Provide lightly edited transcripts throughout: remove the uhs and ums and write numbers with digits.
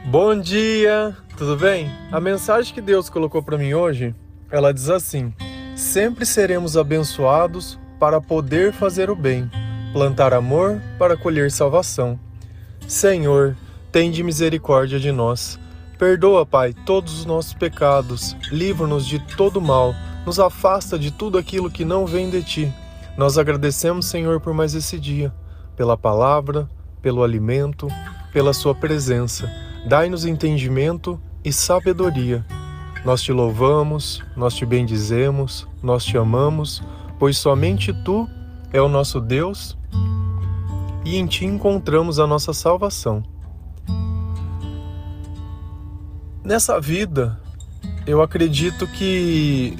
Bom dia, tudo bem? A mensagem que Deus colocou para mim hoje, ela diz assim: sempre seremos abençoados para poder fazer o bem, plantar amor para colher salvação. Senhor, tende misericórdia de nós. Perdoa, Pai, todos os nossos pecados, livra-nos de todo mal, nos afasta de tudo aquilo que não vem de Ti. Nós agradecemos, Senhor, por mais esse dia, pela palavra, pelo alimento, pela Sua presença. Dai-nos entendimento e sabedoria. Nós Te louvamos, nós Te bendizemos, nós Te amamos, pois somente Tu é o nosso Deus e em Ti encontramos a nossa salvação. Nessa vida, eu acredito que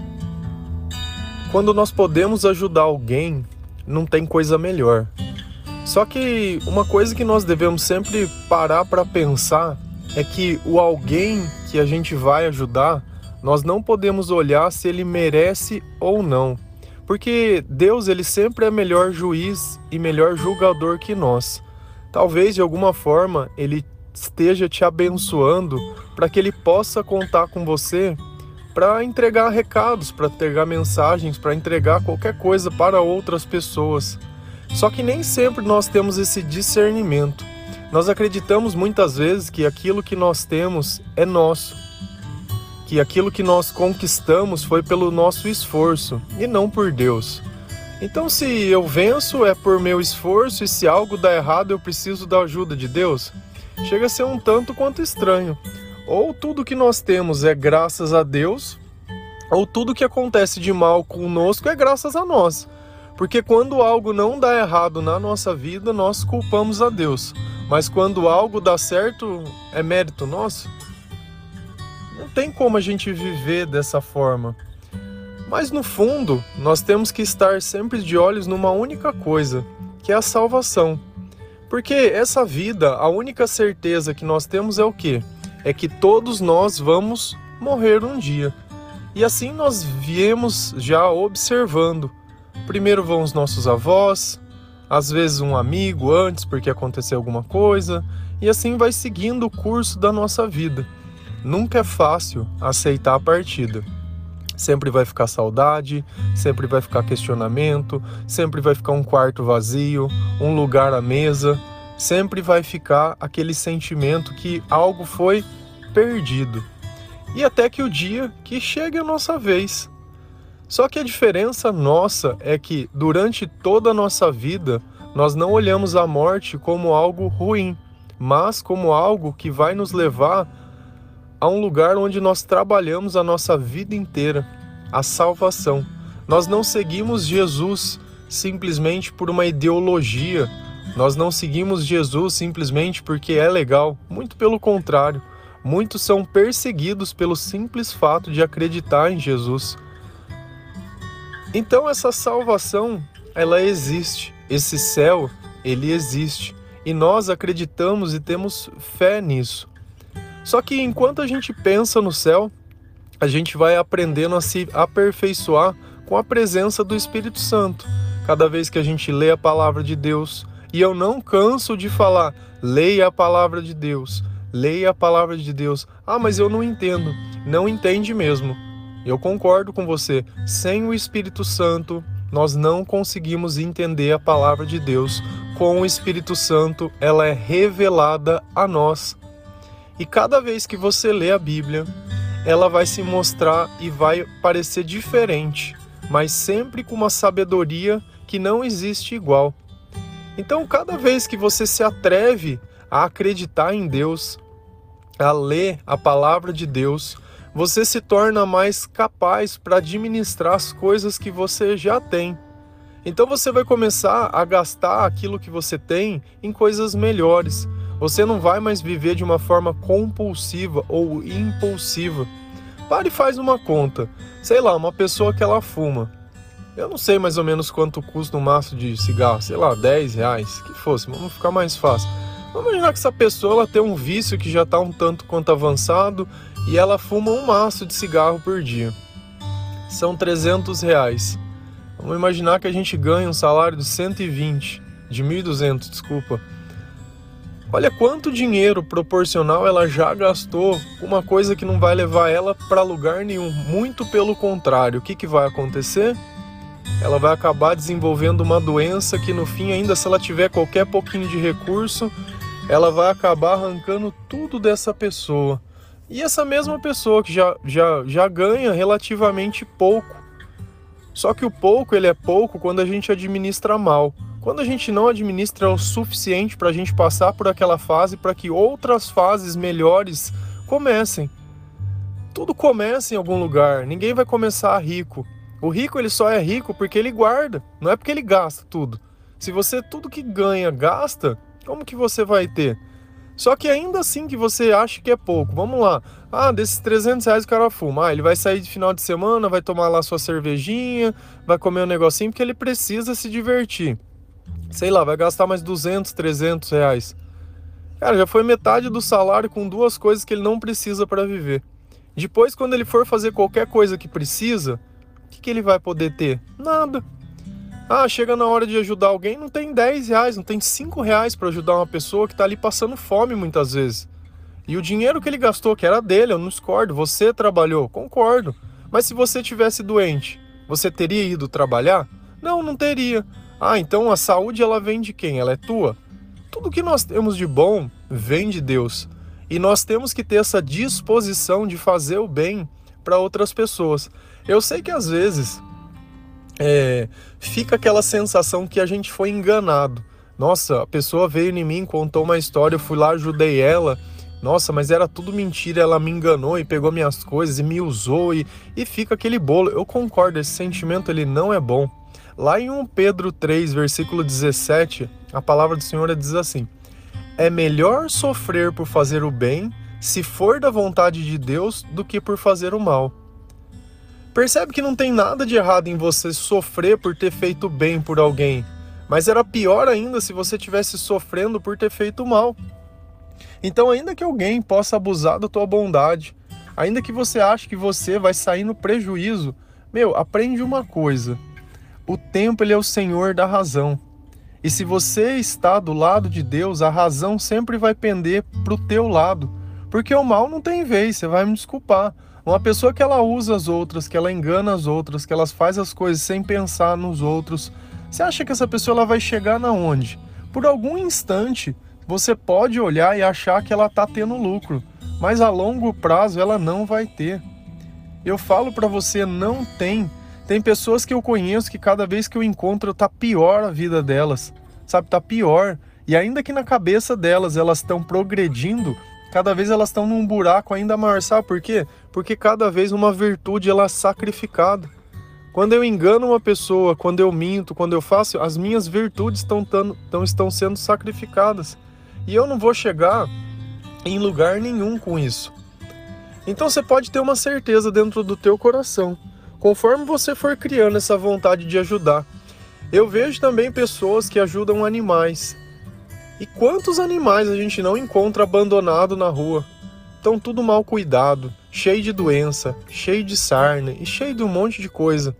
quando nós podemos ajudar alguém, não tem coisa melhor. Só que uma coisa que nós devemos sempre parar para pensar é que o alguém que a gente vai ajudar, nós não podemos olhar se ele merece ou não. Porque Deus, ele sempre é melhor juiz e melhor julgador que nós. Talvez, de alguma forma, ele esteja te abençoando para que ele possa contar com você para entregar recados, para entregar mensagens, para entregar qualquer coisa para outras pessoas. Só que nem sempre nós temos esse discernimento. Nós acreditamos muitas vezes que aquilo que nós temos é nosso, que aquilo que nós conquistamos foi pelo nosso esforço e não por Deus. Então, se eu venço é por meu esforço e se algo dá errado eu preciso da ajuda de Deus, chega a ser um tanto quanto estranho. Ou tudo que nós temos é graças a Deus, ou tudo que acontece de mal conosco é graças a nós. Porque quando algo não dá errado na nossa vida, nós culpamos a Deus. Mas quando algo dá certo, é mérito nosso? Não tem como a gente viver dessa forma. Mas no fundo, nós temos que estar sempre de olhos numa única coisa, que é a salvação. Porque essa vida, a única certeza que nós temos é o quê? É que todos nós vamos morrer um dia. E assim nós viemos já observando. Primeiro vão os nossos avós, às vezes um amigo antes porque aconteceu alguma coisa, e assim vai seguindo o curso da nossa vida. Nunca é fácil aceitar a partida. Sempre vai ficar saudade, sempre vai ficar questionamento, sempre vai ficar um quarto vazio, um lugar à mesa, sempre vai ficar aquele sentimento que algo foi perdido. E até que o dia que chegue a nossa vez. Só que a diferença nossa é que durante toda a nossa vida nós não olhamos a morte como algo ruim, mas como algo que vai nos levar a um lugar onde nós trabalhamos a nossa vida inteira, a salvação. Nós não seguimos Jesus simplesmente por uma ideologia, nós não seguimos Jesus simplesmente porque é legal, muito pelo contrário, muitos são perseguidos pelo simples fato de acreditar em Jesus. Então essa salvação, ela existe, esse céu, ele existe, e nós acreditamos e temos fé nisso. Só que enquanto a gente pensa no céu, a gente vai aprendendo a se aperfeiçoar com a presença do Espírito Santo. Cada vez que a gente lê a palavra de Deus, e eu não canso de falar, leia a palavra de Deus, leia a palavra de Deus. Ah, mas eu não entendo. Não entende mesmo. Eu concordo com você, sem o Espírito Santo, nós não conseguimos entender a palavra de Deus. Com o Espírito Santo, ela é revelada a nós. E cada vez que você lê a Bíblia, ela vai se mostrar e vai parecer diferente, mas sempre com uma sabedoria que não existe igual. Então, cada vez que você se atreve a acreditar em Deus, a ler a palavra de Deus, você se torna mais capaz para administrar as coisas que você já tem. Então você vai começar a gastar aquilo que você tem em coisas melhores. Você não vai mais viver de uma forma compulsiva ou impulsiva. Para e faz uma conta. Sei lá, uma pessoa que ela fuma. Eu não sei mais ou menos quanto custa um maço de cigarro. Sei lá, R$10, que fosse, vamos ficar mais fácil. Vamos imaginar que essa pessoa ela tem um vício que já está um tanto quanto avançado e ela fuma um maço de cigarro por dia. São R$300. Vamos imaginar que a gente ganha um salário de 120, de 1.200, desculpa. Olha quanto dinheiro proporcional ela já gastou com uma coisa que não vai levar ela para lugar nenhum. Muito pelo contrário, o que vai acontecer? Ela vai acabar desenvolvendo uma doença que no fim, ainda se ela tiver qualquer pouquinho de recurso, ela vai acabar arrancando tudo dessa pessoa. E essa mesma pessoa que já ganha relativamente pouco. Só que o pouco, ele é pouco quando a gente administra mal. Quando a gente não administra o suficiente para a gente passar por aquela fase, para que outras fases melhores comecem. Tudo começa em algum lugar, ninguém vai começar rico. O rico, ele só é rico porque ele guarda, não é porque ele gasta tudo. Se você tudo que ganha gasta, como que você vai ter? Só que ainda assim que você acha que é pouco, vamos lá. Desses 300 reais o cara fuma. Ele vai sair de final de semana, vai tomar lá sua cervejinha, vai comer um negocinho porque ele precisa se divertir. Sei lá, vai gastar mais 200, 300 reais. Cara, já foi metade do salário com duas coisas que ele não precisa para viver. Depois, quando ele for fazer qualquer coisa que precisa, o que ele vai poder ter? Nada. Chega na hora de ajudar alguém, não tem 10 reais, não tem 5 reais para ajudar uma pessoa que está ali passando fome muitas vezes. E o dinheiro que ele gastou, que era dele, eu não discordo, você trabalhou, concordo. Mas se você tivesse doente, você teria ido trabalhar? Não, não teria. Então a saúde ela vem de quem? Ela é tua? Tudo que nós temos de bom vem de Deus. E nós temos que ter essa disposição de fazer o bem para outras pessoas. Eu sei que às vezes fica aquela sensação que a gente foi enganado. Nossa, a pessoa veio em mim, contou uma história, eu fui lá, ajudei ela. Nossa, mas era tudo mentira, ela me enganou e pegou minhas coisas e me usou e fica aquele bolo. Eu concordo, esse sentimento ele não é bom. Lá em 1 Pedro 3, versículo 17, a palavra do Senhor diz assim: é melhor sofrer por fazer o bem, se for da vontade de Deus, do que por fazer o mal. Percebe que não tem nada de errado em você sofrer por ter feito bem por alguém, mas era pior ainda se você estivesse sofrendo por ter feito mal. Então, ainda que alguém possa abusar da tua bondade, ainda que você ache que você vai sair no prejuízo, aprende uma coisa: o tempo ele é o senhor da razão. E se você está do lado de Deus, a razão sempre vai pender para o teu lado. Porque o mal não tem vez, você vai me desculpar. Uma pessoa que ela usa as outras, que ela engana as outras, que ela faz as coisas sem pensar nos outros, você acha que essa pessoa ela vai chegar na onde? Por algum instante, você pode olhar e achar que ela está tendo lucro, mas a longo prazo ela não vai ter. Eu falo para você, não tem. Tem pessoas que eu conheço que cada vez que eu encontro tá pior a vida delas, sabe? Tá pior. E ainda que na cabeça delas elas estão progredindo, cada vez elas estão num buraco ainda maior. Sabe por quê? Porque cada vez uma virtude ela é sacrificada. Quando eu engano uma pessoa, quando eu minto, quando eu faço, as minhas virtudes estão sendo sacrificadas. E eu não vou chegar em lugar nenhum com isso. Então você pode ter uma certeza dentro do teu coração. Conforme você for criando essa vontade de ajudar. Eu vejo também pessoas que ajudam animais. E quantos animais a gente não encontra abandonado na rua? Estão tudo mal cuidado, cheio de doença, cheio de sarna e cheio de um monte de coisa.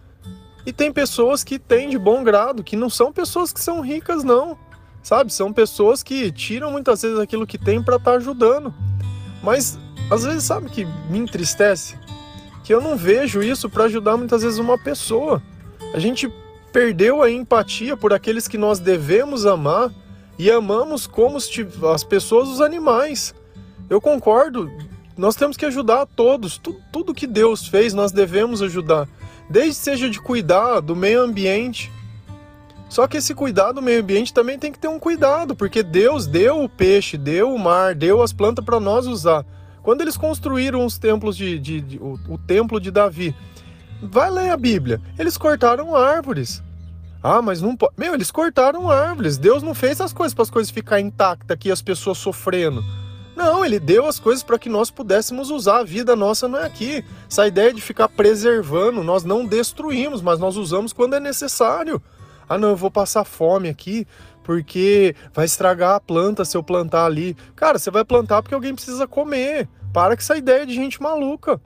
E tem pessoas que têm de bom grado, que não são pessoas que são ricas não. Sabe? São pessoas que tiram muitas vezes aquilo que tem para estar ajudando. Mas às vezes sabe que me entristece? Que eu não vejo isso para ajudar muitas vezes uma pessoa. A gente perdeu a empatia por aqueles que nós devemos amar e amamos como as pessoas, os animais. Eu concordo, nós temos que ajudar a todos. Tudo que Deus fez nós devemos ajudar, desde seja de cuidar do meio ambiente. Só que esse cuidado do meio ambiente também tem que ter um cuidado, porque Deus deu o peixe, deu o mar, deu as plantas para nós usar. Quando eles construíram os templos o templo de Davi, vai ler a Bíblia, eles cortaram árvores. Mas não pode. Eles cortaram árvores. Deus não fez as coisas para as coisas ficarem intactas aqui, as pessoas sofrendo. Não, ele deu as coisas para que nós pudéssemos usar. A vida nossa não é aqui. Essa ideia de ficar preservando, nós não destruímos, mas nós usamos quando é necessário. Não, eu vou passar fome aqui porque vai estragar a planta se eu plantar ali. Cara, você vai plantar porque alguém precisa comer. Para com essa ideia de gente maluca.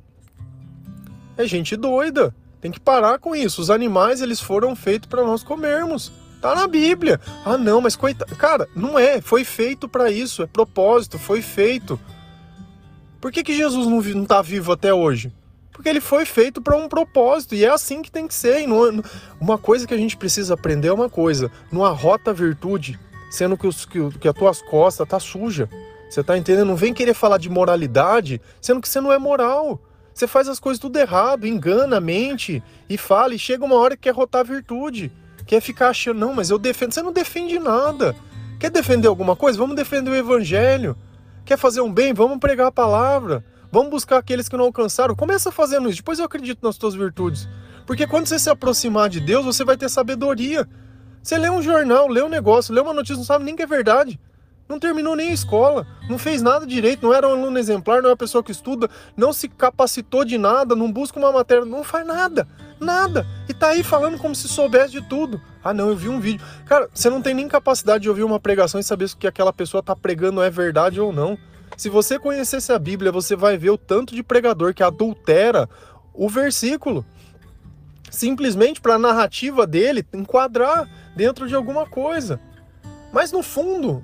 É gente doida. Tem que parar com isso. Os animais, eles foram feitos para nós comermos. Tá na Bíblia. Ah, não, mas coitado. Cara, não é. Foi feito para isso. É propósito. Foi feito. Por que Jesus não tá vivo até hoje? Porque ele foi feito para um propósito. E é assim que tem que ser. E uma coisa que a gente precisa aprender é uma coisa. Não arrota a virtude, sendo que as tuas costas tá suja. Você tá entendendo? Não vem querer falar de moralidade, sendo que você não é moral. Você faz as coisas tudo errado, engana a mente e fala. E chega uma hora que quer arrotar a virtude. Quer ficar achando, não, mas eu defendo. Você não defende nada. Quer defender alguma coisa? Vamos defender o evangelho. Quer fazer um bem? Vamos pregar a palavra. Vamos buscar aqueles que não alcançaram. Começa fazendo isso. Depois eu acredito nas tuas virtudes. Porque quando você se aproximar de Deus, você vai ter sabedoria. Você lê um jornal, lê um negócio, lê uma notícia, não sabe nem que é verdade. Não terminou nem a escola, não fez nada direito, não era um aluno exemplar, não é uma pessoa que estuda, não se capacitou de nada, não busca uma matéria, não faz nada, nada. E tá aí falando como se soubesse de tudo. Ah não, eu vi um vídeo. Cara, você não tem nem capacidade de ouvir uma pregação e saber se o que aquela pessoa tá pregando é verdade ou não. Se você conhecesse a Bíblia, você vai ver o tanto de pregador que adultera o versículo. Simplesmente para a narrativa dele enquadrar dentro de alguma coisa. Mas no fundo,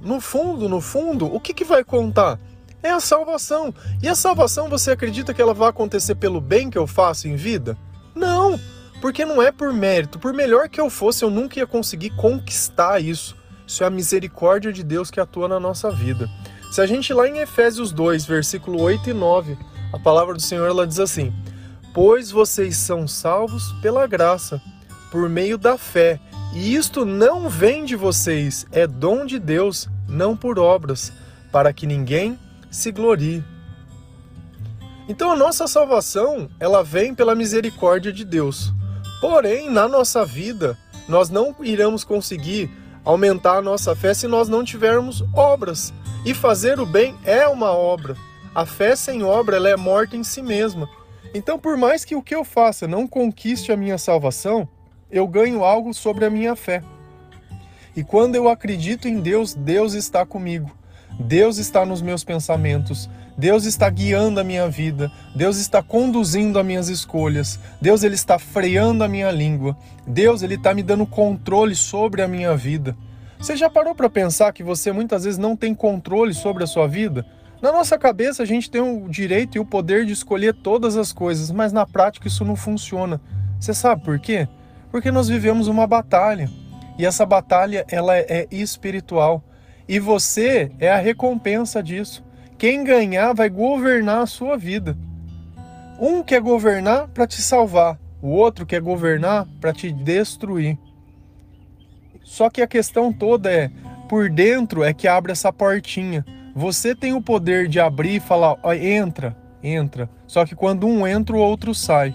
o que vai contar? É a salvação. E a salvação, você acredita que ela vai acontecer pelo bem que eu faço em vida? Não, porque não é por mérito. Por melhor que eu fosse, eu nunca ia conseguir conquistar isso. Isso é a misericórdia de Deus que atua na nossa vida. Se a gente ir lá em Efésios 2, versículo 8 e 9, a palavra do Senhor ela diz assim: pois vocês são salvos pela graça, por meio da fé. E isto não vem de vocês, é dom de Deus, não por obras, para que ninguém se glorie. Então a nossa salvação, ela vem pela misericórdia de Deus. Porém, na nossa vida, nós não iremos conseguir aumentar a nossa fé se nós não tivermos obras. E fazer o bem é uma obra. A fé sem obra, ela é morta em si mesma. Então, por mais que o que eu faça não conquiste a minha salvação, eu ganho algo sobre a minha fé. E quando eu acredito em Deus, Deus está comigo. Deus está nos meus pensamentos. Deus está guiando a minha vida. Deus está conduzindo as minhas escolhas. Deus ele está freando a minha língua. Deus ele está me dando controle sobre a minha vida. Você já parou para pensar que você muitas vezes não tem controle sobre a sua vida? Na nossa cabeça a gente tem o direito e o poder de escolher todas as coisas, mas na prática isso não funciona. Você sabe por quê? Porque nós vivemos uma batalha, e essa batalha ela é espiritual, e você é a recompensa disso. Quem ganhar vai governar a sua vida. Um quer governar para te salvar, o outro quer governar para te destruir. Só que a questão toda é, por dentro é que abre essa portinha. Você tem o poder de abrir e falar, ó, entra. Só que quando um entra, o outro sai.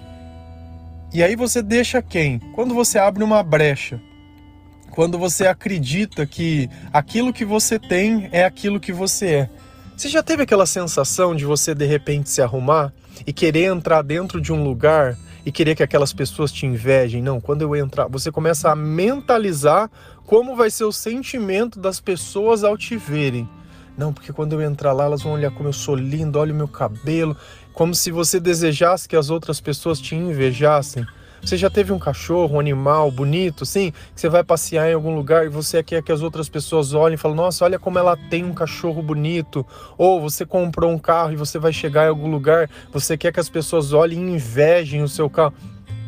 E aí você deixa quem? Quando você abre uma brecha, quando você acredita que aquilo que você tem é aquilo que você é. Você já teve aquela sensação de você de repente se arrumar e querer entrar dentro de um lugar e querer que aquelas pessoas te invejem? Não, quando eu entrar, você começa a mentalizar como vai ser o sentimento das pessoas ao te verem. Não, porque quando eu entrar lá, elas vão olhar como eu sou lindo, olha o meu cabelo, como se você desejasse que as outras pessoas te invejassem. Você já teve um cachorro, um animal bonito, assim, que você vai passear em algum lugar e você quer que as outras pessoas olhem e falem, nossa, olha como ela tem um cachorro bonito. Ou você comprou um carro e você vai chegar em algum lugar, você quer que as pessoas olhem e invejem o seu carro.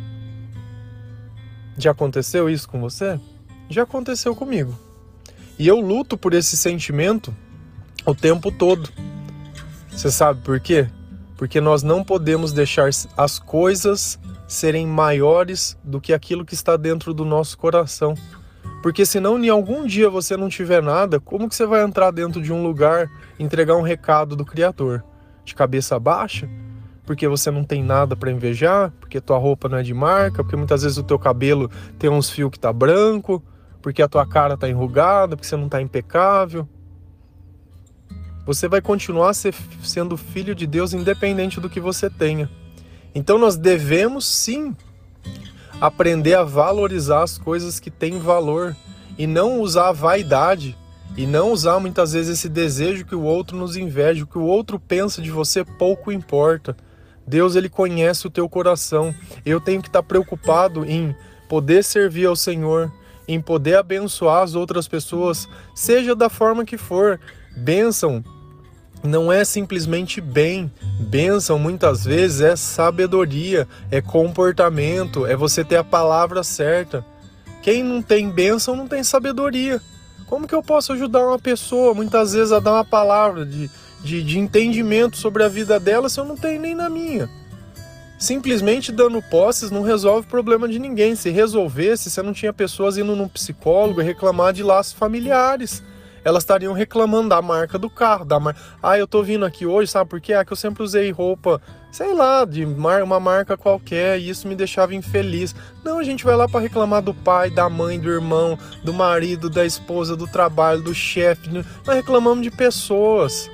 Já aconteceu isso com você? Já aconteceu comigo. E eu luto por esse sentimento o tempo todo. Você sabe por quê? Porque nós não podemos deixar as coisas serem maiores do que aquilo que está dentro do nosso coração. Porque senão, em algum dia você não tiver nada, como que você vai entrar dentro de um lugar e entregar um recado do Criador? De cabeça baixa? Porque você não tem nada para invejar? Porque tua roupa não é de marca? Porque muitas vezes o teu cabelo tem uns fios que tá branco? Porque a tua cara tá enrugada? Porque você não tá impecável? Você vai continuar sendo filho de Deus independente do que você tenha. Então nós devemos sim aprender a valorizar as coisas que têm valor e não usar a vaidade e não usar muitas vezes esse desejo que o outro nos inveje, o que o outro pensa de você pouco importa. Deus ele conhece o teu coração. Eu tenho que estar preocupado em poder servir ao Senhor, em poder abençoar as outras pessoas, seja da forma que for. Bênção não é simplesmente bem. Bênção muitas vezes é sabedoria, é comportamento, é você ter a palavra certa. Quem não tem bênção não tem sabedoria. Como que eu posso ajudar uma pessoa muitas vezes a dar uma palavra de entendimento sobre a vida dela se eu não tenho nem na minha? Simplesmente dando posses não resolve o problema de ninguém. Se resolvesse, você não tinha pessoas indo num psicólogo e reclamar de laços familiares. Elas estariam reclamando da marca do carro, eu tô vindo aqui hoje, sabe por quê? Que eu sempre usei roupa, sei lá, de uma marca qualquer, e isso me deixava infeliz. Não, a gente vai lá para reclamar do pai, da mãe, do irmão, do marido, da esposa, do trabalho, do chefe. Nós reclamamos de pessoas.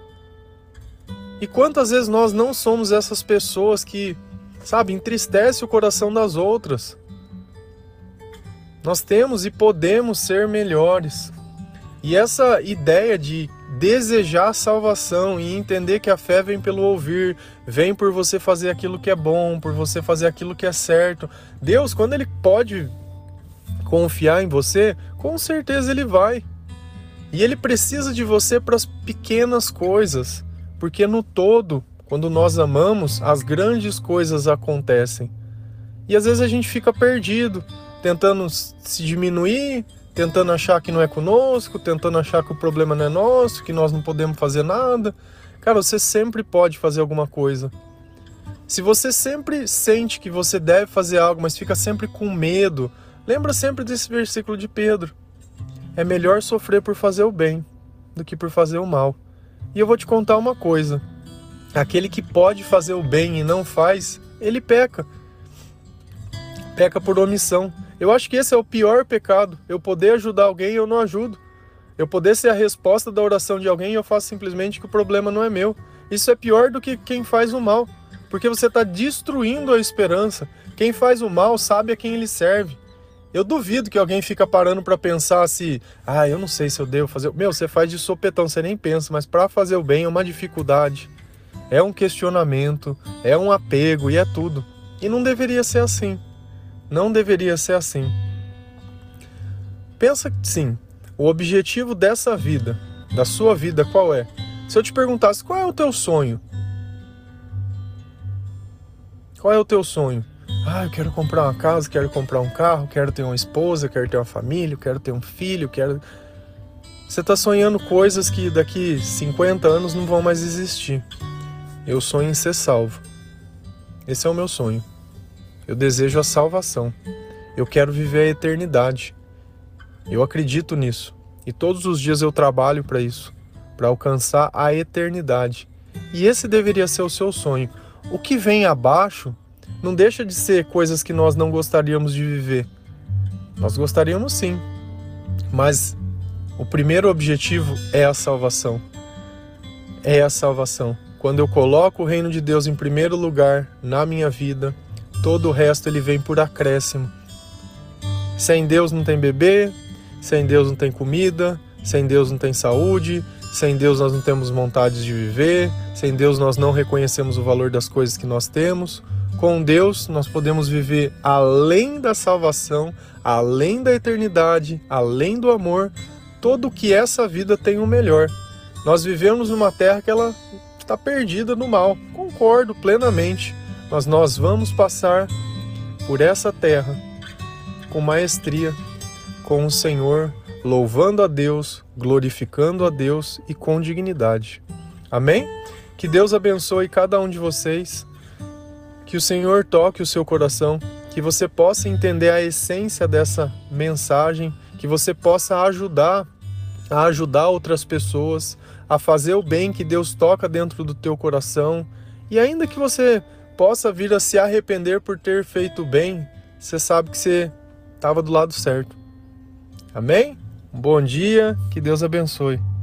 E quantas vezes nós não somos essas pessoas que, sabe, entristece o coração das outras? Nós temos e podemos ser melhores. E essa ideia de desejar salvação e entender que a fé vem pelo ouvir, vem por você fazer aquilo que é bom, por você fazer aquilo que é certo. Deus, quando Ele pode confiar em você, com certeza Ele vai. E Ele precisa de você para as pequenas coisas, porque no todo, quando nós amamos, as grandes coisas acontecem. E às vezes a gente fica perdido, tentando se diminuir, tentando achar que não é conosco, tentando achar que o problema não é nosso, que nós não podemos fazer nada. Cara, você sempre pode fazer alguma coisa. Se você sempre sente que você deve fazer algo, mas fica sempre com medo, lembra sempre desse versículo de Pedro. É melhor sofrer por fazer o bem do que por fazer o mal. E eu vou te contar uma coisa. Aquele que pode fazer o bem e não faz, ele peca. Peca por omissão. Eu acho que esse é o pior pecado. Eu poder ajudar alguém e eu não ajudo. Eu poder ser a resposta da oração de alguém e eu faço simplesmente que o problema não é meu. Isso é pior do que quem faz o mal. Porque você está destruindo a esperança. Quem faz o mal sabe a quem ele serve. Eu duvido que alguém fica parando para pensar se... eu não sei se eu devo fazer... Você faz de sopetão, você nem pensa. Mas para fazer o bem é uma dificuldade. É um questionamento. É um apego e é tudo. E não deveria ser assim. Não deveria ser assim. Pensa que sim, o objetivo dessa vida, da sua vida, qual é? Se eu te perguntasse, qual é o teu sonho? Qual é o teu sonho? Eu quero comprar uma casa, quero comprar um carro, quero ter uma esposa, quero ter uma família, quero ter um filho, quero... Você está sonhando coisas que daqui 50 anos não vão mais existir. Eu sonho em ser salvo. Esse é o meu sonho. Eu desejo a salvação. Eu quero viver a eternidade. Eu acredito nisso. E todos os dias eu trabalho para isso, para alcançar a eternidade. E esse deveria ser o seu sonho. O que vem abaixo não deixa de ser coisas que nós não gostaríamos de viver. Nós gostaríamos sim. Mas o primeiro objetivo é a salvação. É a salvação. Quando eu coloco o reino de Deus em primeiro lugar na minha vida, todo o resto ele vem por acréscimo. Sem Deus não tem bebê, sem Deus não tem comida, sem Deus não tem saúde, sem Deus nós não temos vontade de viver, sem Deus nós não reconhecemos o valor das coisas que nós temos. Com Deus nós podemos viver além da salvação, além da eternidade, além do amor, tudo que essa vida tem o melhor. Nós vivemos numa terra que ela está perdida no mal, concordo plenamente. Mas nós vamos passar por essa terra com maestria, com o Senhor, louvando a Deus, glorificando a Deus e com dignidade. Amém? Que Deus abençoe cada um de vocês, que o Senhor toque o seu coração, que você possa entender a essência dessa mensagem, que você possa ajudar outras pessoas a fazer o bem que Deus toca dentro do teu coração. E ainda que você possa vir a se arrepender por ter feito bem, você sabe que você estava do lado certo. Amém? Um bom dia, que Deus abençoe.